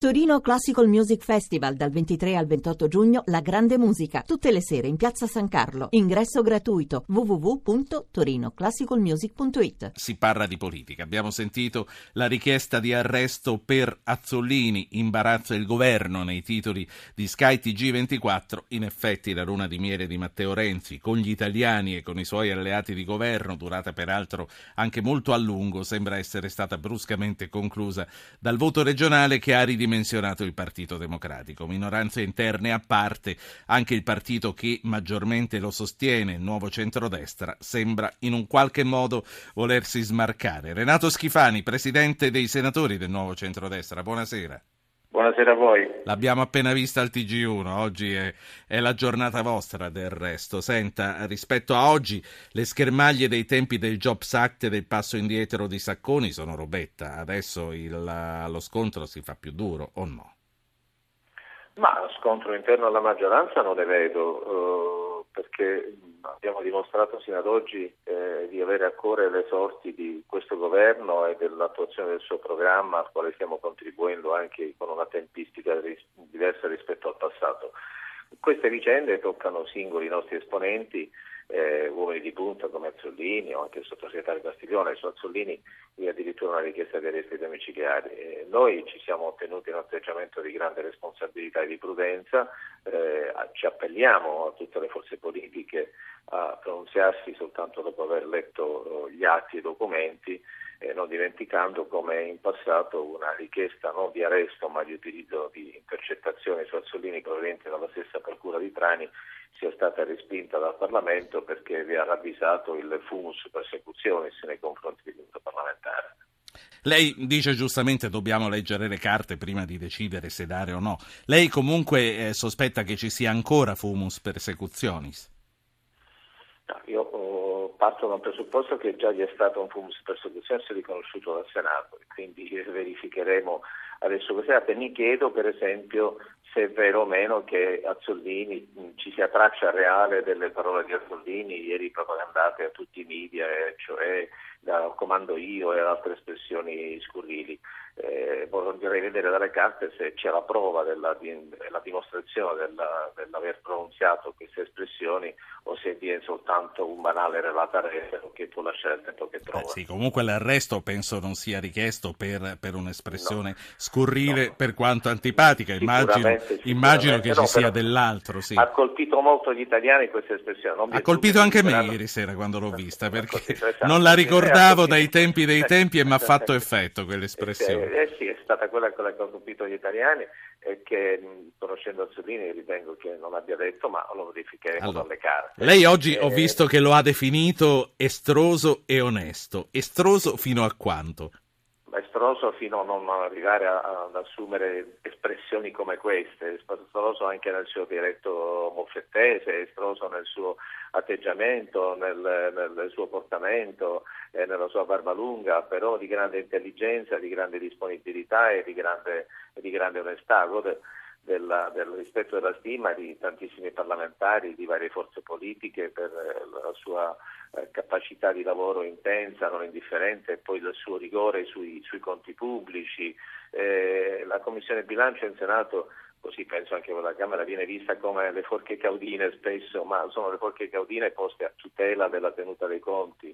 Torino Classical Music Festival dal 23 al 28 giugno, la grande musica, tutte le sere in Piazza San Carlo. Ingresso gratuito, www.torinoclassicalmusic.it. Si parla di politica. Abbiamo sentito la richiesta di arresto per Azzolini, imbarazza il governo nei titoli di Sky TG24. In effetti la luna di miele di Matteo Renzi con gli italiani e con i suoi alleati di governo, durata peraltro anche molto a lungo, sembra essere stata bruscamente conclusa dal voto regionale che ha ridimensionato il Partito Democratico. Minoranze interne a parte, anche il partito che maggiormente lo sostiene, il Nuovo Centrodestra, sembra in un qualche modo volersi smarcare. Renato Schifani, presidente dei senatori del Nuovo Centrodestra, buonasera. Buonasera a voi. L'abbiamo appena vista al TG1, oggi è la giornata vostra del resto. Senta, rispetto a oggi le schermaglie dei tempi del Jobs Act e del passo indietro di Sacconi sono robetta, adesso lo scontro si fa più duro o no? Ma lo scontro interno alla maggioranza non ne vedo, perché abbiamo dimostrato sino ad oggi di avere a cuore le sorti di questo governo e dell'attuazione del suo programma, al quale stiamo contribuendo anche con una tempistica diversa rispetto al passato. Queste vicende toccano singoli nostri esponenti, uomini di punta come Azzolini o anche il sottosegretario Castiglione. Su Azzolini vi è addirittura una richiesta di arresti domiciliari. Noi ci siamo ottenuti un atteggiamento di grande responsabilità e di prudenza, ci appelliamo a tutte le forze politiche a pronunziarsi soltanto dopo aver letto gli atti e i documenti, non dimenticando come in passato una richiesta non di arresto ma di utilizzo di intercettazioni su Azzolini proveniente dalla stessa procura di Trani sia stata respinta dal Parlamento perché vi ha ravvisato il fumus persecutionis nei confronti del gruppo parlamentare. Lei dice giustamente dobbiamo leggere le carte prima di decidere se dare o no. Lei comunque sospetta che ci sia ancora fumus persecutionis? No, io parto da un presupposto che già vi è stato un fumus persecutionis riconosciuto dal Senato, quindi verificheremo adesso cos'è. Mi chiedo per esempio se è vero o meno che Azzolini, ci sia traccia reale delle parole di Azzolini ieri propagandate a tutti i media, cioè da comando io e altre espressioni scurrili. Vorrei vedere dalle carte se c'è la prova della dimostrazione dell'aver pronunziato queste espressioni o se viene soltanto un banale relatare che può lasciare il tempo che trova. Sì, comunque l'arresto penso non sia richiesto per un'espressione scurrile, per quanto antipatica. Immagino che ci sia dell'altro. Sì. Ha colpito molto gli italiani questa espressione. Ha colpito anche me ieri sera quando l'ho vista, perché non la ricordavo dai tempi dei tempi e mi ha fatto effetto quell'espressione. Sì, è stata quella che ha colpito gli italiani e che, conoscendo Azzolini, ritengo che non abbia detto, ma lo verificheremo dalle carte. Lei oggi ho visto che lo ha definito estroso e onesto. Estroso fino a quanto? Estroso fino a non arrivare ad assumere espressioni come queste, estroso anche nel suo dialetto moffettese, estroso nel suo atteggiamento, nel suo portamento, nella sua barba lunga, però di grande intelligenza, di grande disponibilità e di grande onestà. Del rispetto e della stima di tantissimi parlamentari di varie forze politiche per la sua capacità di lavoro intensa, non indifferente, e poi il suo rigore sui conti pubblici. La Commissione Bilancio in Senato, così penso anche con la Camera, viene vista come le forche caudine spesso, ma sono le forche caudine poste a tutela della tenuta dei conti.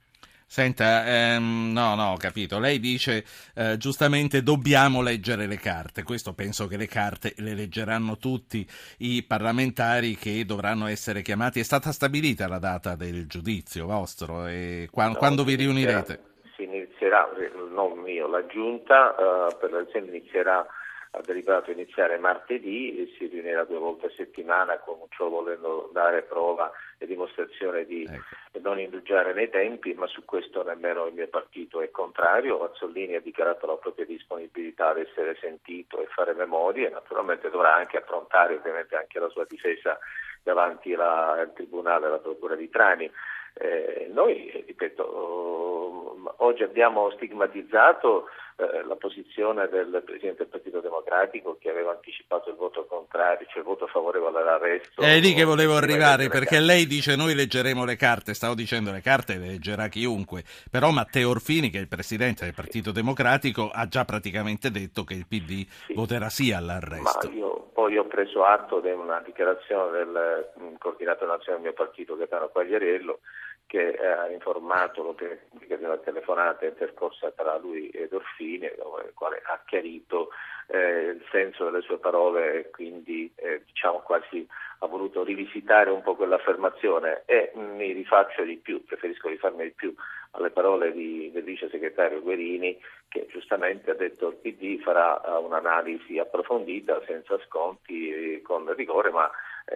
Senta, no, ho capito. Lei dice giustamente dobbiamo leggere le carte. Questo penso che le carte le leggeranno tutti i parlamentari che dovranno essere chiamati. È stata stabilita la data del giudizio vostro? E quando vi riunirete? Si inizierà, non io, la Giunta per le elezioni inizierà, ha deliberato iniziare martedì e si riunirà 2 volte a settimana, con ciò volendo dare prova e dimostrazione di non indugiare nei tempi, ma su questo nemmeno il mio partito è contrario. Azzolini ha dichiarato la propria disponibilità ad essere sentito e fare memorie, naturalmente dovrà anche approntare ovviamente anche la sua difesa davanti al Tribunale e alla Procura di Trani. Noi, ripeto, oggi abbiamo stigmatizzato la posizione del Presidente del Partito Democratico, che aveva anticipato il voto contrario, cioè il voto favorevole all'arresto. È lì che volevo arrivare, perché lei dice noi leggeremo le carte, stavo dicendo le carte le leggerà chiunque, però Matteo Orfini, che è il Presidente del Partito Democratico, ha già praticamente detto che il PD voterà sì all'arresto. Ma io poi ho preso atto di una dichiarazione del coordinatore nazionale del mio partito, Gaetano Quagliariello, che ha informato l'opinione pubblica di una telefonata intercorsa tra lui ed Orfini, il quale ha chiarito il senso delle sue parole e quindi diciamo quasi ha voluto rivisitare un po' quell'affermazione, e mi rifaccio di più, preferisco rifarmi di più alle parole del vice segretario Guerini, che giustamente ha detto che il PD farà un'analisi approfondita, senza sconti, con rigore, ma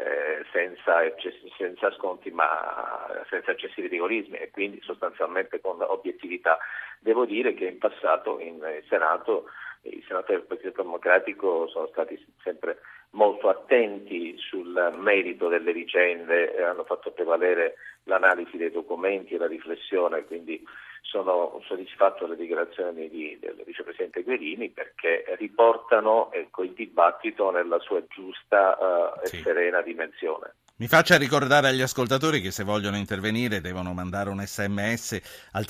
senza sconti, ma senza eccessivi rigorismi, e quindi sostanzialmente con obiettività. Devo dire che in passato in Senato i senatori del Partito Democratico sono stati sempre molto attenti sul merito delle vicende, hanno fatto prevalere l'analisi dei documenti e la riflessione, quindi sono soddisfatto delle dichiarazioni del vicepresidente Guerini, perché riportano il dibattito nella sua giusta e serena dimensione. Mi faccia ricordare agli ascoltatori che se vogliono intervenire devono mandare un sms al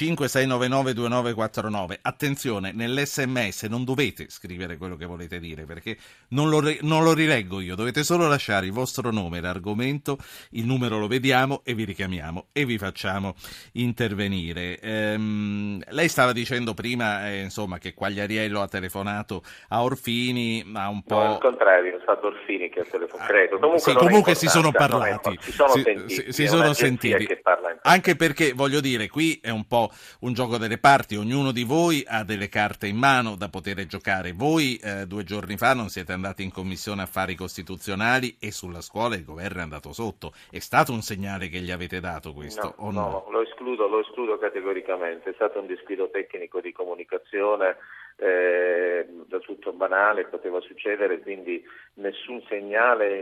335-699-2949. Attenzione, nell'sms non dovete scrivere quello che volete dire, perché non lo rileggo io, dovete solo lasciare il vostro nome, l'argomento, il numero lo vediamo e vi richiamiamo e vi facciamo intervenire. Lei stava dicendo prima insomma che Quagliariello ha telefonato a Orfini, ma un po'... No, al contrario, è stato Orfini che ha telefonato, credo. Comunque si sono parlati, si sono sentiti. Anche perché, voglio dire, qui è un po' un gioco delle parti, ognuno di voi ha delle carte in mano da poter giocare. Voi 2 giorni fa non siete andati in Commissione Affari Costituzionali e sulla scuola il governo è andato sotto. È stato un segnale che gli avete dato questo? No, lo escludo categoricamente. È stato un disguido tecnico di comunicazione del tutto banale, poteva succedere, quindi nessun segnale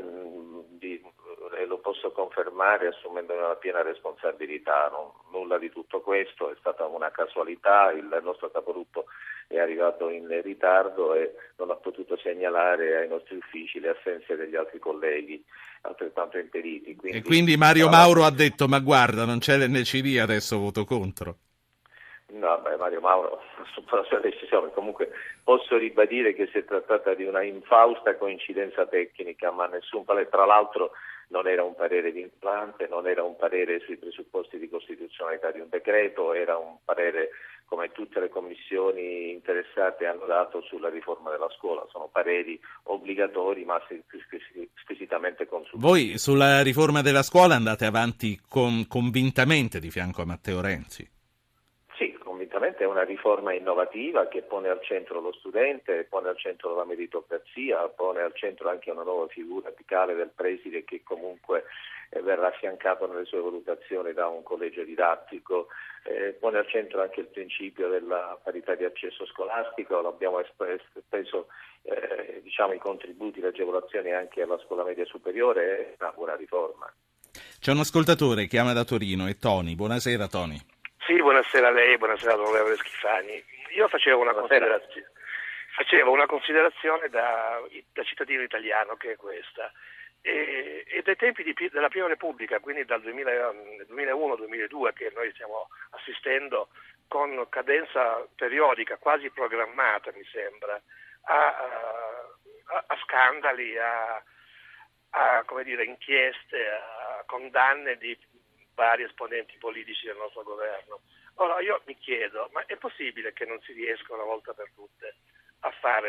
lo posso confermare assumendo la piena responsabilità. Nulla di tutto questo, è stata una casualità, il nostro capogruppo è arrivato in ritardo e non ha potuto segnalare ai nostri uffici le assenze degli altri colleghi altrettanto impediti. E quindi Mario Mauro ha detto: ma guarda, non c'è l'NCD, adesso voto contro. No, Mario Mauro ha assunto la sua decisione. Comunque posso ribadire che si è trattata di una infausta coincidenza tecnica, ma tra l'altro non era un parere vincolante, non era un parere sui presupposti di costituzionalità di un decreto, era un parere come tutte le commissioni interessate hanno dato sulla riforma della scuola. Sono pareri obbligatori ma squisitamente consultivi. Voi sulla riforma della scuola andate avanti convintamente di fianco a Matteo Renzi? È una riforma innovativa che pone al centro lo studente, pone al centro la meritocrazia, pone al centro anche una nuova figura apicale del preside, che comunque verrà affiancato nelle sue valutazioni da un collegio didattico, pone al centro anche il principio della parità di accesso scolastico. L'abbiamo speso i contributi, le agevolazioni anche alla scuola media superiore, è una buona riforma. C'è un ascoltatore che chiama da Torino, è Tony. Buonasera Tony. Sì, buonasera a lei, buonasera all'onorevole Schifani. Io facevo una considerazione da cittadino italiano, che è questa. E dai tempi della Prima Repubblica, quindi dal 2001-2002, che noi stiamo assistendo con cadenza periodica, quasi programmata mi sembra, a scandali, a inchieste, a condanne di vari esponenti politici del nostro governo. Ora io mi chiedo, ma è possibile che non si riesca una volta per tutte a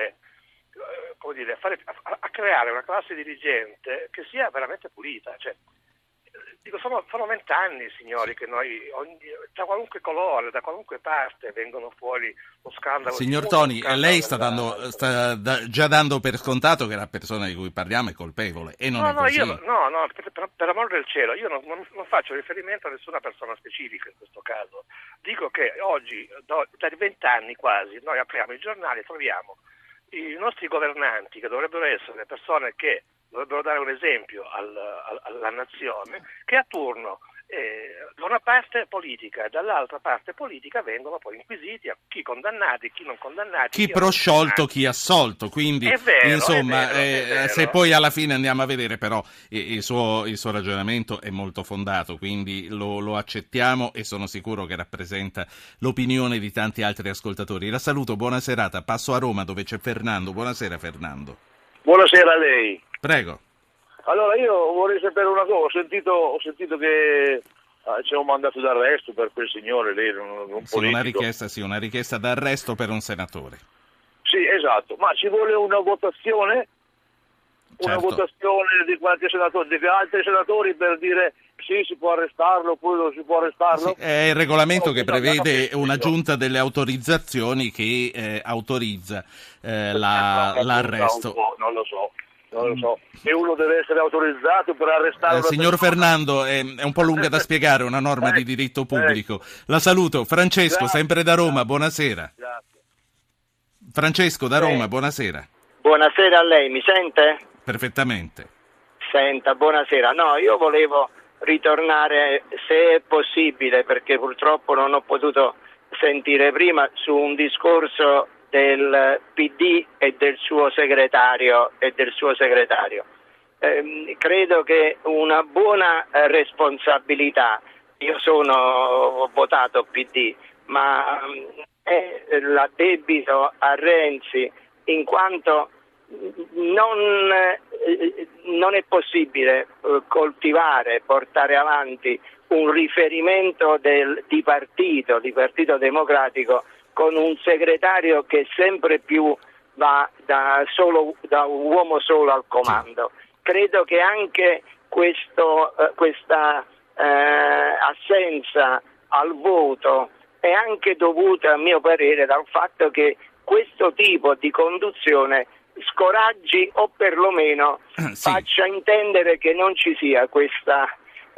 creare una classe dirigente che sia veramente pulita? Sono 20 anni, signori, che noi da qualunque colore, da qualunque parte vengono fuori lo scandalo. Signor Toni, lei sta già dando per scontato che la persona di cui parliamo è colpevole, e non è così. Per amor del cielo, io non faccio riferimento a nessuna persona specifica in questo caso. Dico che oggi, da 20 anni quasi, noi apriamo i giornali e troviamo i nostri governanti, che dovrebbero essere le persone che dovrebbero dare un esempio alla nazione, che a turno da una parte politica e dall'altra parte politica vengono poi inquisiti chi condannati, chi non condannati, chi prosciolto, chi assolto, quindi è vero, insomma è vero. se poi alla fine andiamo a vedere, però il suo ragionamento è molto fondato, quindi lo accettiamo e sono sicuro che rappresenta l'opinione di tanti altri ascoltatori. La saluto, buona serata, passo a Roma dove c'è Fernando. Buonasera Fernando. Buonasera a lei. Prego. Allora io vorrei sapere una cosa, ho sentito che c'è un mandato d'arresto per quel signore lì, un politico. Una richiesta d'arresto per un senatore. Sì, esatto, ma ci vuole una votazione? Certo. Una votazione di qualche senatore, di altri senatori per dire sì, si può arrestarlo, oppure non si può arrestarlo? Sì, è il regolamento che prevede una giunta delle autorizzazioni che autorizza l'arresto. Non lo so. E uno deve essere autorizzato per arrestare signor Fernando, è un po' lunga da spiegare, una norma di diritto pubblico. La saluto. Francesco, grazie. Sempre da Roma, buonasera. Grazie. Francesco da Roma, buonasera. Buonasera a lei, mi sente? Perfettamente. Senta, buonasera. No, io volevo ritornare, se è possibile, perché purtroppo non ho potuto sentire prima, su un discorso del PD e del suo segretario. Credo che una buona responsabilità, ho votato PD, ma la debito a Renzi, in quanto non è possibile portare avanti un riferimento di partito democratico con un segretario che sempre più va da uomo solo al comando. Credo che anche questa assenza al voto è anche dovuta, a mio parere, dal fatto che questo tipo di conduzione scoraggi o perlomeno faccia intendere che non ci sia questa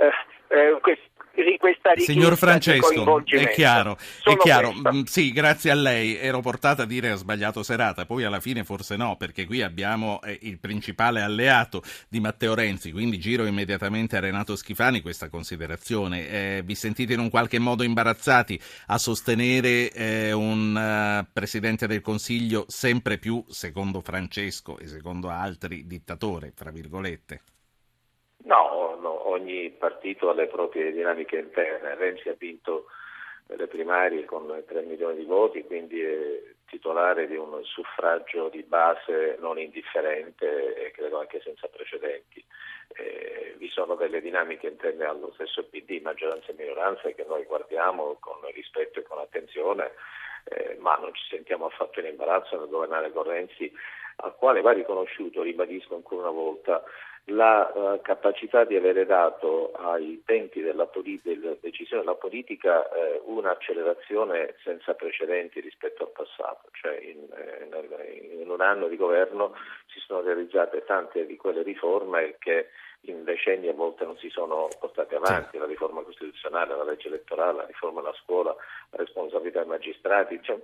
richiesta. Signor Francesco, è chiaro. Sì, grazie a lei. Ero portata a dire ha sbagliato serata, poi alla fine forse no, perché qui abbiamo il principale alleato di Matteo Renzi, quindi giro immediatamente a Renato Schifani questa considerazione. Vi sentite in un qualche modo imbarazzati a sostenere un Presidente del Consiglio sempre più, secondo Francesco e secondo altri, dittatore, fra virgolette? No, ogni partito ha le proprie dinamiche interne. Renzi ha vinto le primarie con 3 milioni di voti, quindi è titolare di un suffragio di base non indifferente e credo anche senza precedenti. Vi sono delle dinamiche interne allo stesso PD, maggioranza e minoranza, che noi guardiamo con rispetto e con attenzione, ma non ci sentiamo affatto in imbarazzo nel governare con Renzi, al quale va riconosciuto, ribadisco ancora una volta, la capacità di avere dato ai tempi della decisione della politica un'accelerazione senza precedenti rispetto al passato, cioè in un anno di governo si sono realizzate tante di quelle riforme che in decenni a volte non si sono portate avanti, la riforma costituzionale, la legge elettorale, la riforma della scuola, la responsabilità dei magistrati, cioè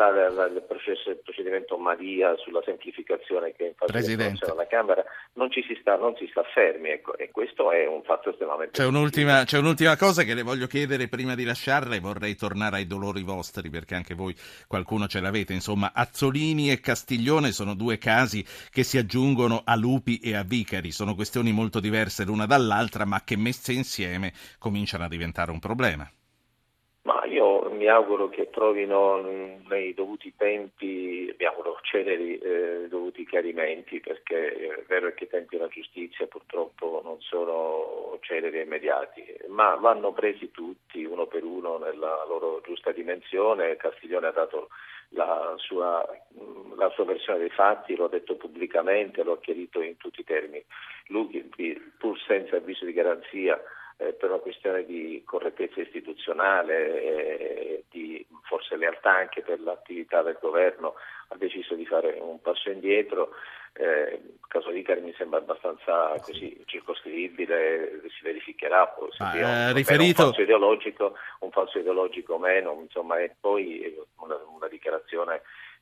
il procedimento Madia sulla semplificazione che in fase di approvazione alla Camera, non si sta fermi, ecco, e questo è un fatto estremamente C'è un'ultima cosa che le voglio chiedere prima di lasciarla, e vorrei tornare ai dolori vostri, perché anche voi qualcuno ce l'avete. Insomma, Azzolini e Castiglione sono due casi che si aggiungono a Lupi e a Vicari, sono questioni molto diverse l'una dall'altra, ma che messe insieme cominciano a diventare un problema. Ma io mi auguro che trovino nei dovuti tempi, mi auguro celeri dovuti chiarimenti, perché è vero che i tempi della giustizia purtroppo non sono celeri e immediati, ma vanno presi tutti uno per uno nella loro giusta dimensione. Castiglione ha dato la sua versione dei fatti, lo ha detto pubblicamente, lo ha chiarito in tutti i termini. Lui, pur senza avviso di garanzia, per una questione di correttezza istituzionale e di forse lealtà anche per l'attività del governo, ha deciso di fare un passo indietro. Il caso Vicari mi sembra abbastanza così circoscrivibile, si verificherà riferito... un falso ideologico o meno, insomma, e poi una dichiarazione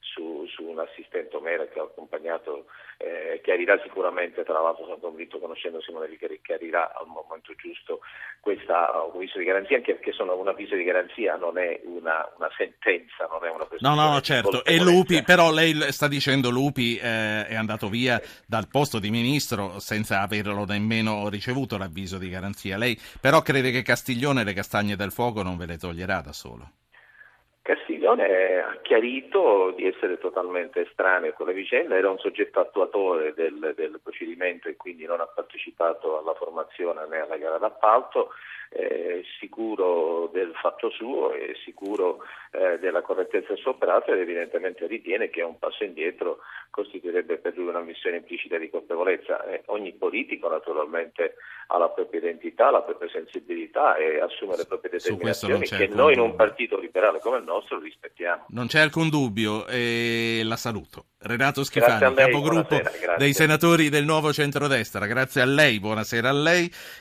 su un assistente Omera che ha accompagnato, chiarirà sicuramente, tra l'altro sono convinto, conoscendo Simone Vicari, chiarirà al momento giusto questo avviso di garanzia, anche perché un avviso di garanzia non è una sentenza, non è una presunzione. No, certo. E Lupi, però lei sta dicendo Lupi è andato via dal posto di ministro senza averlo nemmeno ricevuto l'avviso di garanzia. Lei però crede che Castiglione le castagne del fuoco non ve le toglierà da solo? Castiglione ha chiarito di essere totalmente estraneo a quella vicenda, era un soggetto attuatore del procedimento e quindi non ha partecipato alla formazione né alla gara d'appalto, sicuro del fatto suo e sicuro della correttezza del suo operato, ed evidentemente ritiene che un passo indietro costituirebbe per lui un'ammissione implicita di colpevolezza. Ogni politico naturalmente ha la propria identità, la propria sensibilità e assume le proprie determinazioni che noi in un partito liberale come il nostro rispettiamo. Non c'è alcun dubbio, e la saluto. Renato Schifani, lei, capogruppo dei senatori del Nuovo Centrodestra, grazie a lei, buonasera a lei.